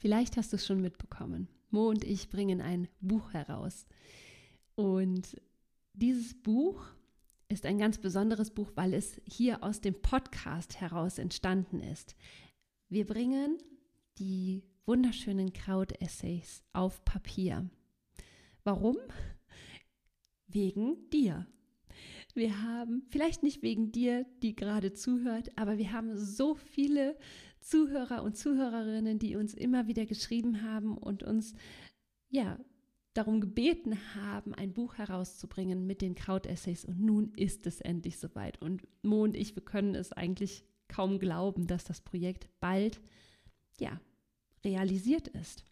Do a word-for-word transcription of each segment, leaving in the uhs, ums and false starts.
Vielleicht hast du es schon mitbekommen. Mo und ich bringen ein Buch heraus. Und dieses Buch ist ein ganz besonderes Buch, weil es hier aus dem Podcast heraus entstanden ist. Wir bringen die wunderschönen Kraut-Essays auf Papier. Warum? Wegen dir. Wir haben, vielleicht nicht wegen dir, die gerade zuhört, aber wir haben so viele Zuhörer und Zuhörerinnen, die uns immer wieder geschrieben haben und uns ja darum gebeten haben, ein Buch herauszubringen mit den Kraut-Essays. Und nun ist es endlich soweit. Und Mo und ich, wir können es eigentlich kaum glauben, dass das Projekt bald ja realisiert ist.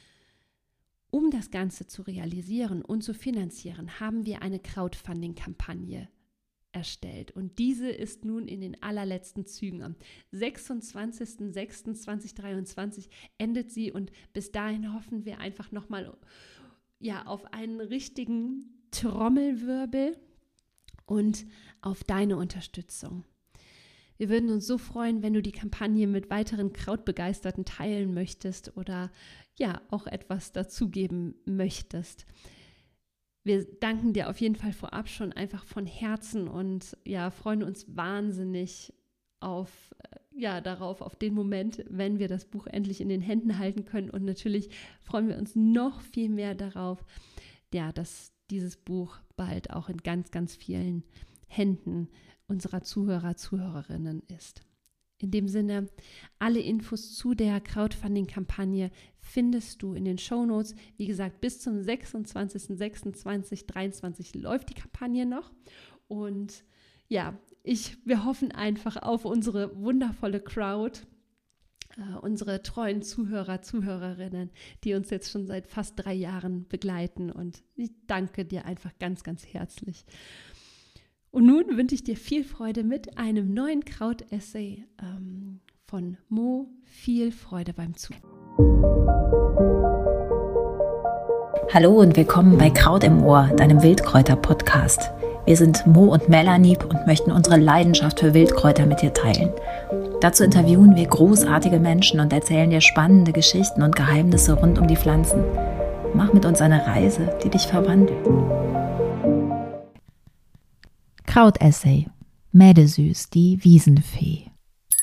Um das Ganze zu realisieren und zu finanzieren, haben wir eine Crowdfunding-Kampagne erstellt. Und diese ist nun in den allerletzten Zügen. Am sechsundzwanzigsten sechsten zweitausenddreiundzwanzig endet sie und bis dahin hoffen wir einfach nochmal ja, auf einen richtigen Trommelwirbel und auf deine Unterstützung. Wir würden uns so freuen, wenn du die Kampagne mit weiteren Krautbegeisterten teilen möchtest oder ja auch etwas dazugeben möchtest. Wir danken dir auf jeden Fall vorab schon einfach von Herzen und ja, freuen uns wahnsinnig auf, ja, darauf, auf den Moment, wenn wir das Buch endlich in den Händen halten können. Und natürlich freuen wir uns noch viel mehr darauf, ja, dass dieses Buch bald auch in ganz, ganz vielen Händen unserer Zuhörer, Zuhörerinnen ist. In dem Sinne, alle Infos zu der Crowdfunding-Kampagne findest du in den Shownotes. Wie gesagt, bis zum sechsundzwanzigsten sechsten zweitausenddreiundzwanzig läuft die Kampagne noch. Und ja, ich, wir hoffen einfach auf unsere wundervolle Crowd, äh, unsere treuen Zuhörer, Zuhörerinnen, die uns jetzt schon seit fast drei Jahren begleiten. Und ich danke dir einfach ganz, ganz herzlich. Und nun wünsche ich dir viel Freude mit einem neuen Kraut-Essay ähm, von Mo. Viel Freude beim Zuhören. Hallo und willkommen bei Kraut im Ohr, deinem Wildkräuter-Podcast. Wir sind Mo und Melanie und möchten unsere Leidenschaft für Wildkräuter mit dir teilen. Dazu interviewen wir großartige Menschen und erzählen dir spannende Geschichten und Geheimnisse rund um die Pflanzen. Mach mit uns eine Reise, die dich verwandelt. Kraut-Essay. Mädesüß, die Wiesenfee.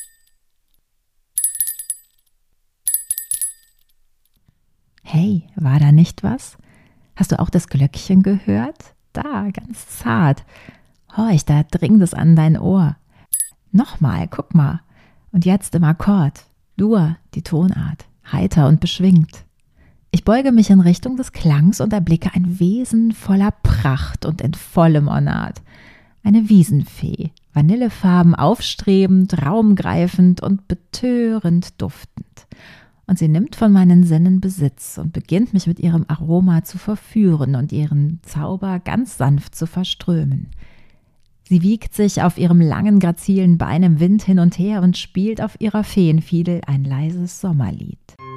Hey, war da nicht was? Hast du auch das Glöckchen gehört? Da, ganz zart. Horch, da dringt es an dein Ohr. Nochmal, guck mal. Und jetzt im Akkord. Dur, die Tonart. Heiter und beschwingt. Ich beuge mich in Richtung des Klangs und erblicke ein Wesen voller Pracht und in vollem Ornat. Eine Wiesenfee, vanillefarben aufstrebend, raumgreifend und betörend duftend. Und sie nimmt von meinen Sinnen Besitz und beginnt mich mit ihrem Aroma zu verführen und ihren Zauber ganz sanft zu verströmen. Sie wiegt sich auf ihrem langen, grazilen Bein im Wind hin und her und spielt auf ihrer Feenfiedel ein leises Sommerlied.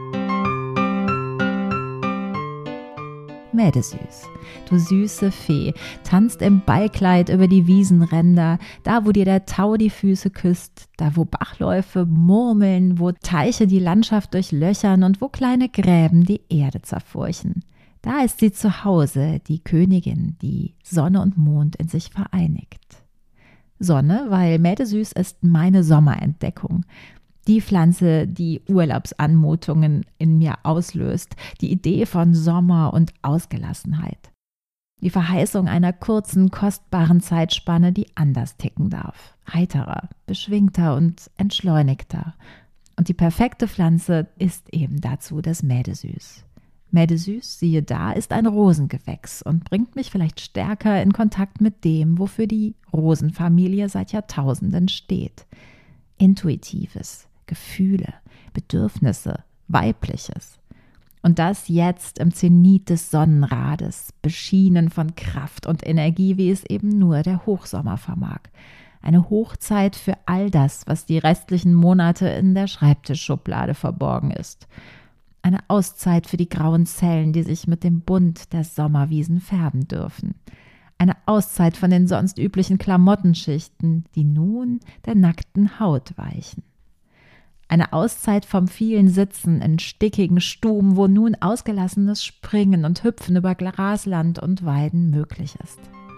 Mädesüß, du süße Fee, tanzt im Ballkleid über die Wiesenränder, da wo dir der Tau die Füße küsst, da wo Bachläufe murmeln, wo Teiche die Landschaft durchlöchern und wo kleine Gräben die Erde zerfurchen. Da ist sie zu Hause, die Königin, die Sonne und Mond in sich vereinigt. Sonne, weil Mädesüß ist meine Sommerentdeckung. Die Pflanze, die Urlaubsanmutungen in mir auslöst, die Idee von Sommer und Ausgelassenheit. Die Verheißung einer kurzen, kostbaren Zeitspanne, die anders ticken darf. Heiterer, beschwingter und entschleunigter. Und die perfekte Pflanze ist eben dazu das Mädesüß. Mädesüß, siehe da, ist ein Rosengewächs und bringt mich vielleicht stärker in Kontakt mit dem, wofür die Rosenfamilie seit Jahrtausenden steht. Intuitives, Gefühle, Bedürfnisse, Weibliches. Und das jetzt im Zenit des Sonnenrades, beschienen von Kraft und Energie, wie es eben nur der Hochsommer vermag. Eine Hochzeit für all das, was die restlichen Monate in der Schreibtischschublade verborgen ist. Eine Auszeit für die grauen Zellen, die sich mit dem Bunt der Sommerwiesen färben dürfen. Eine Auszeit von den sonst üblichen Klamottenschichten, die nun der nackten Haut weichen. Eine Auszeit vom vielen Sitzen in stickigen Stuben, wo nun ausgelassenes Springen und Hüpfen über Grasland und Weiden möglich ist.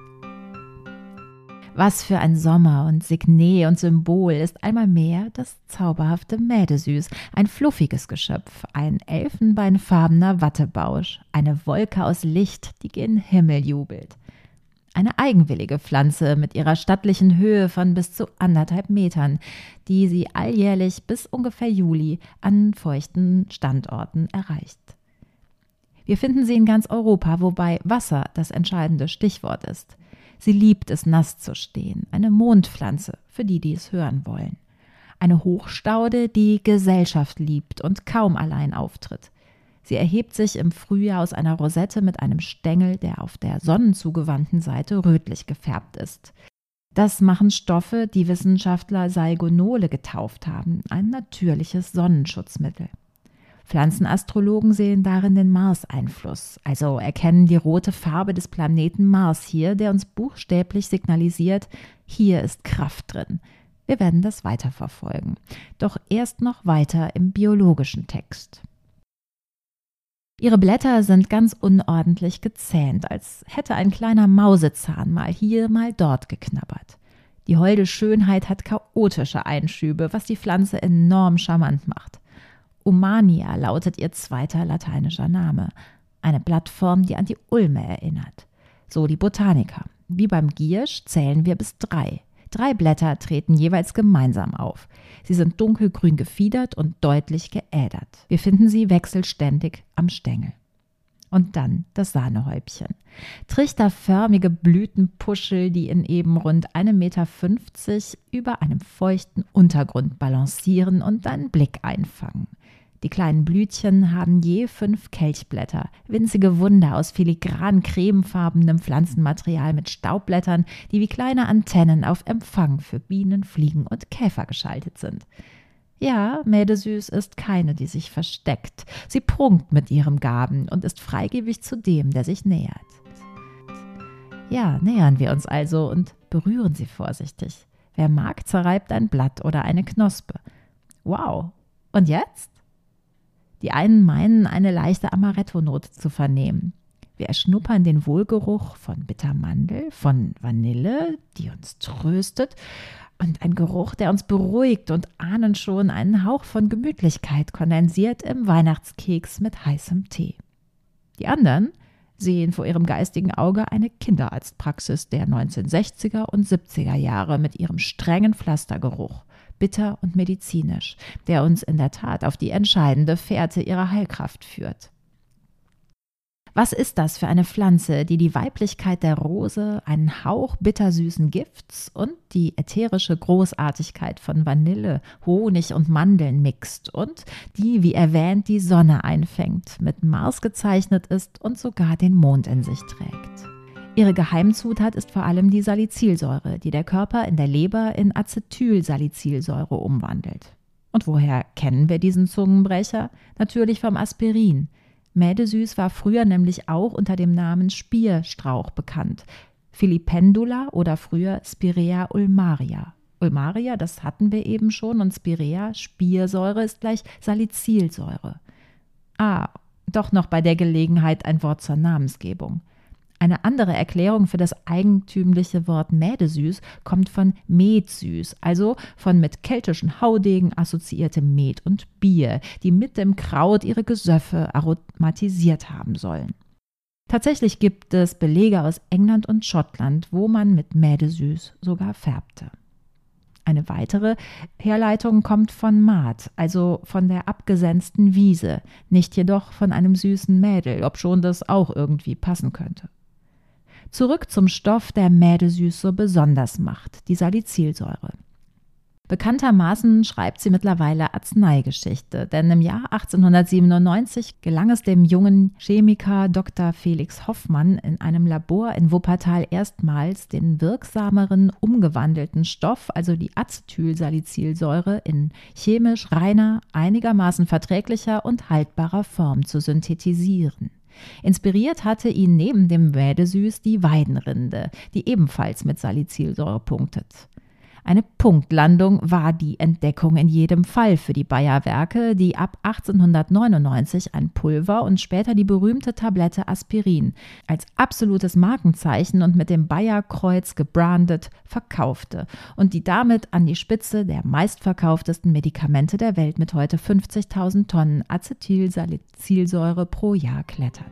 Was für ein Sommer und Signet und Symbol ist einmal mehr das zauberhafte Mädesüß, ein fluffiges Geschöpf, ein elfenbeinfarbener Wattebausch, eine Wolke aus Licht, die gen Himmel jubelt. Eine eigenwillige Pflanze mit ihrer stattlichen Höhe von bis zu anderthalb Metern, die sie alljährlich bis ungefähr Juli an feuchten Standorten erreicht. Wir finden sie in ganz Europa, wobei Wasser das entscheidende Stichwort ist. Sie liebt es, nass zu stehen, eine Mondpflanze, für die, die es hören wollen. Eine Hochstaude, die Gesellschaft liebt und kaum allein auftritt. Sie erhebt sich im Frühjahr aus einer Rosette mit einem Stängel, der auf der sonnenzugewandten Seite rötlich gefärbt ist. Das machen Stoffe, die Wissenschaftler Salgonole getauft haben, ein natürliches Sonnenschutzmittel. Pflanzenastrologen sehen darin den Mars-Einfluss, also erkennen die rote Farbe des Planeten Mars hier, der uns buchstäblich signalisiert, hier ist Kraft drin. Wir werden das weiterverfolgen, doch erst noch weiter im biologischen Text. Ihre Blätter sind ganz unordentlich gezähnt, als hätte ein kleiner Mausezahn mal hier, mal dort geknabbert. Die holde Schönheit hat chaotische Einschübe, was die Pflanze enorm charmant macht. Umania lautet ihr zweiter lateinischer Name, eine Blattform, die an die Ulme erinnert. So die Botaniker. Wie beim Giersch zählen wir bis drei. Drei Blätter treten jeweils gemeinsam auf. Sie sind dunkelgrün gefiedert und deutlich geädert. Wir finden sie wechselständig am Stängel. Und dann das Sahnehäubchen. Trichterförmige Blütenpuschel, die in eben rund ein Meter fünfzig über einem feuchten Untergrund balancieren und dann Blick einfangen. Die kleinen Blütchen haben je fünf Kelchblätter, winzige Wunder aus filigran cremefarbenem Pflanzenmaterial mit Staubblättern, die wie kleine Antennen auf Empfang für Bienen, Fliegen und Käfer geschaltet sind. Ja, Mädesüß ist keine, die sich versteckt. Sie prunkt mit ihrem Gaben und ist freigebig zu dem, der sich nähert. Ja, nähern wir uns also und berühren sie vorsichtig. Wer mag, zerreibt ein Blatt oder eine Knospe. Wow, und jetzt? Die einen meinen, eine leichte Amaretto-Note zu vernehmen. Wir erschnuppern den Wohlgeruch von Bittermandel, von Vanille, die uns tröstet, und ein Geruch, der uns beruhigt, und ahnen schon einen Hauch von Gemütlichkeit kondensiert im Weihnachtskeks mit heißem Tee. Die anderen sehen vor ihrem geistigen Auge eine Kinderarztpraxis der neunzehnhundertsechziger und siebziger Jahre mit ihrem strengen Pflastergeruch, bitter und medizinisch, der uns in der Tat auf die entscheidende Fährte ihrer Heilkraft führt. Was ist das für eine Pflanze, die die Weiblichkeit der Rose, einen Hauch bittersüßen Gifts und die ätherische Großartigkeit von Vanille, Honig und Mandeln mixt und die, wie erwähnt, die Sonne einfängt, mit Mars gezeichnet ist und sogar den Mond in sich trägt? Ihre Geheimzutat ist vor allem die Salicylsäure, die der Körper in der Leber in Acetylsalicylsäure umwandelt. Und woher kennen wir diesen Zungenbrecher? Natürlich vom Aspirin. Mädesüß war früher nämlich auch unter dem Namen Spierstrauch bekannt. Filipendula oder früher Spirea ulmaria. Ulmaria, das hatten wir eben schon, und Spirea, Spiersäure, ist gleich Salicylsäure. Ah, doch noch bei der Gelegenheit ein Wort zur Namensgebung. Eine andere Erklärung für das eigentümliche Wort Mädesüß kommt von Metsüß, also von mit keltischen Haudegen assoziiertem Met und Bier, die mit dem Kraut ihre Gesöffe aromatisiert haben sollen. Tatsächlich gibt es Belege aus England und Schottland, wo man mit Mädesüß sogar färbte. Eine weitere Herleitung kommt von Maat, also von der abgesenzten Wiese, nicht jedoch von einem süßen Mädel, obschon das auch irgendwie passen könnte. Zurück zum Stoff, der Mädesüß so besonders macht, die Salicylsäure. Bekanntermaßen schreibt sie mittlerweile Arzneigeschichte, denn im Jahr achtzehnhundertsiebenundneunzig gelang es dem jungen Chemiker Doktor Felix Hoffmann in einem Labor in Wuppertal erstmals, den wirksameren umgewandelten Stoff, also die Acetylsalicylsäure, in chemisch reiner, einigermaßen verträglicher und haltbarer Form zu synthetisieren. Inspiriert hatte ihn neben dem Mädesüß die Weidenrinde, die ebenfalls mit Salicylsäure punktet. Eine Punktlandung war die Entdeckung in jedem Fall für die Bayer-Werke, die ab achtzehnhundertneunundneunzig ein Pulver und später die berühmte Tablette Aspirin als absolutes Markenzeichen und mit dem Bayer-Kreuz gebrandet verkaufte und die damit an die Spitze der meistverkauftesten Medikamente der Welt mit heute fünfzigtausend Tonnen Acetylsalicylsäure pro Jahr klettert.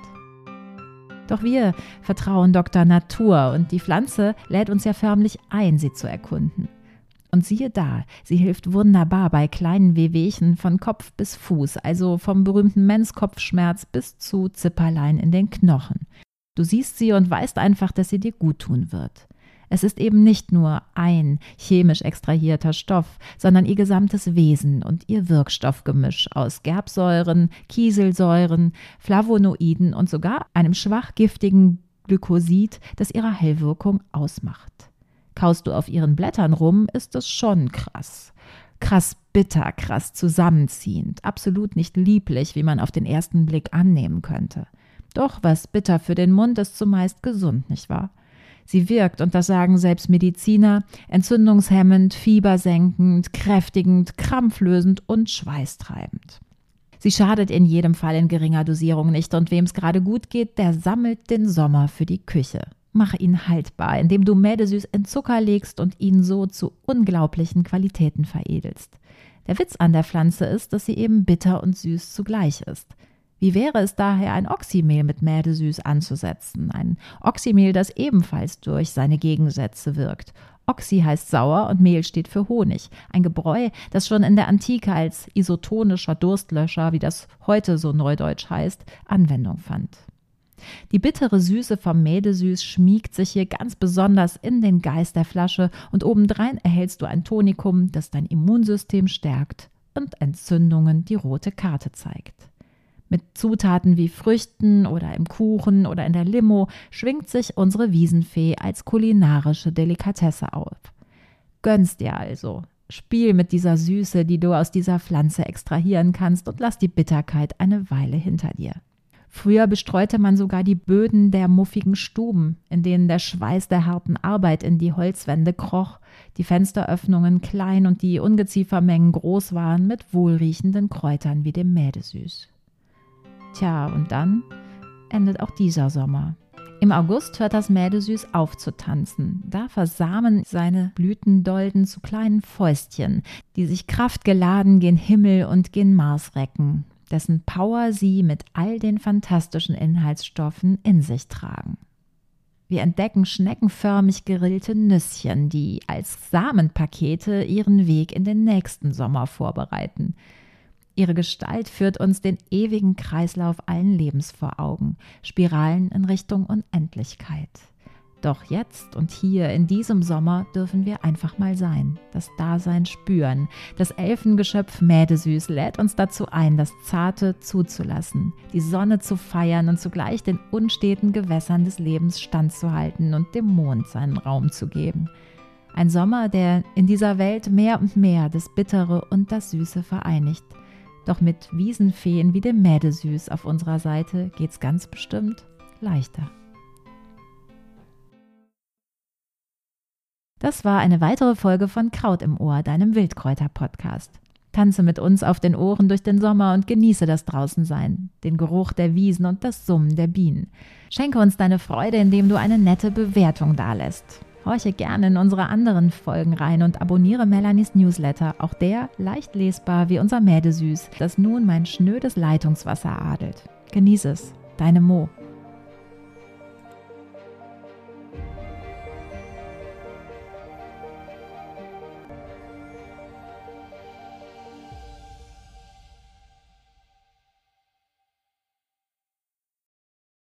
Doch wir vertrauen Doktor Natur und die Pflanze lädt uns ja förmlich ein, sie zu erkunden. Und siehe da, sie hilft wunderbar bei kleinen Wehwehchen von Kopf bis Fuß, also vom berühmten Menskopfschmerz bis zu Zipperlein in den Knochen. Du siehst sie und weißt einfach, dass sie dir gut tun wird. Es ist eben nicht nur ein chemisch extrahierter Stoff, sondern ihr gesamtes Wesen und ihr Wirkstoffgemisch aus Gerbsäuren, Kieselsäuren, Flavonoiden und sogar einem schwach giftigen Glykosid, das ihre Heilwirkung ausmacht. Kaust du auf ihren Blättern rum, ist es schon krass. Krass bitter, krass zusammenziehend, absolut nicht lieblich, wie man auf den ersten Blick annehmen könnte. Doch was bitter für den Mund ist zumeist gesund, nicht wahr? Sie wirkt, und das sagen selbst Mediziner, entzündungshemmend, fiebersenkend, kräftigend, krampflösend und schweißtreibend. Sie schadet in jedem Fall in geringer Dosierung nicht, und wem es gerade gut geht, der sammelt den Sommer für die Küche. Mach ihn haltbar, indem du Mädesüß in Zucker legst und ihn so zu unglaublichen Qualitäten veredelst. Der Witz an der Pflanze ist, dass sie eben bitter und süß zugleich ist. Wie wäre es daher, ein Oxymehl mit Mädesüß anzusetzen? Ein Oxymehl, das ebenfalls durch seine Gegensätze wirkt. Oxy heißt sauer und Mehl steht für Honig. Ein Gebräu, das schon in der Antike als isotonischer Durstlöscher, wie das heute so neudeutsch heißt, Anwendung fand. Die bittere Süße vom Mädesüß schmiegt sich hier ganz besonders in den Geist der Flasche und obendrein erhältst du ein Tonikum, das dein Immunsystem stärkt und Entzündungen die rote Karte zeigt. Mit Zutaten wie Früchten oder im Kuchen oder in der Limo schwingt sich unsere Wiesenfee als kulinarische Delikatesse auf. Gönn's dir also. Spiel mit dieser Süße, die du aus dieser Pflanze extrahieren kannst, und lass die Bitterkeit eine Weile hinter dir. Früher bestreute man sogar die Böden der muffigen Stuben, in denen der Schweiß der harten Arbeit in die Holzwände kroch, die Fensteröffnungen klein und die Ungeziefermengen groß waren, mit wohlriechenden Kräutern wie dem Mädesüß. Tja, und dann endet auch dieser Sommer. Im August hört das Mädesüß auf zu tanzen. Da versamen seine Blütendolden zu kleinen Fäustchen, die sich kraftgeladen gen Himmel und gen Mars recken, dessen Power sie mit all den fantastischen Inhaltsstoffen in sich tragen. Wir entdecken schneckenförmig gerillte Nüsschen, die als Samenpakete ihren Weg in den nächsten Sommer vorbereiten. Ihre Gestalt führt uns den ewigen Kreislauf allen Lebens vor Augen, Spiralen in Richtung Unendlichkeit. Doch jetzt und hier in diesem Sommer dürfen wir einfach mal sein, das Dasein spüren. Das Elfengeschöpf Mädesüß lädt uns dazu ein, das Zarte zuzulassen, die Sonne zu feiern und zugleich den unsteten Gewässern des Lebens standzuhalten und dem Mond seinen Raum zu geben. Ein Sommer, der in dieser Welt mehr und mehr das Bittere und das Süße vereinigt. Doch mit Wiesenfeen wie dem Mädesüß auf unserer Seite geht's ganz bestimmt leichter. Das war eine weitere Folge von Kraut im Ohr, deinem Wildkräuter-Podcast. Tanze mit uns auf den Ohren durch den Sommer und genieße das Draußensein, den Geruch der Wiesen und das Summen der Bienen. Schenke uns deine Freude, indem du eine nette Bewertung dalässt. Horche gerne in unsere anderen Folgen rein und abonniere Melanies Newsletter, auch der leicht lesbar wie unser Mädesüß, das nun mein schnödes Leitungswasser adelt. Genieße es, deine Mo.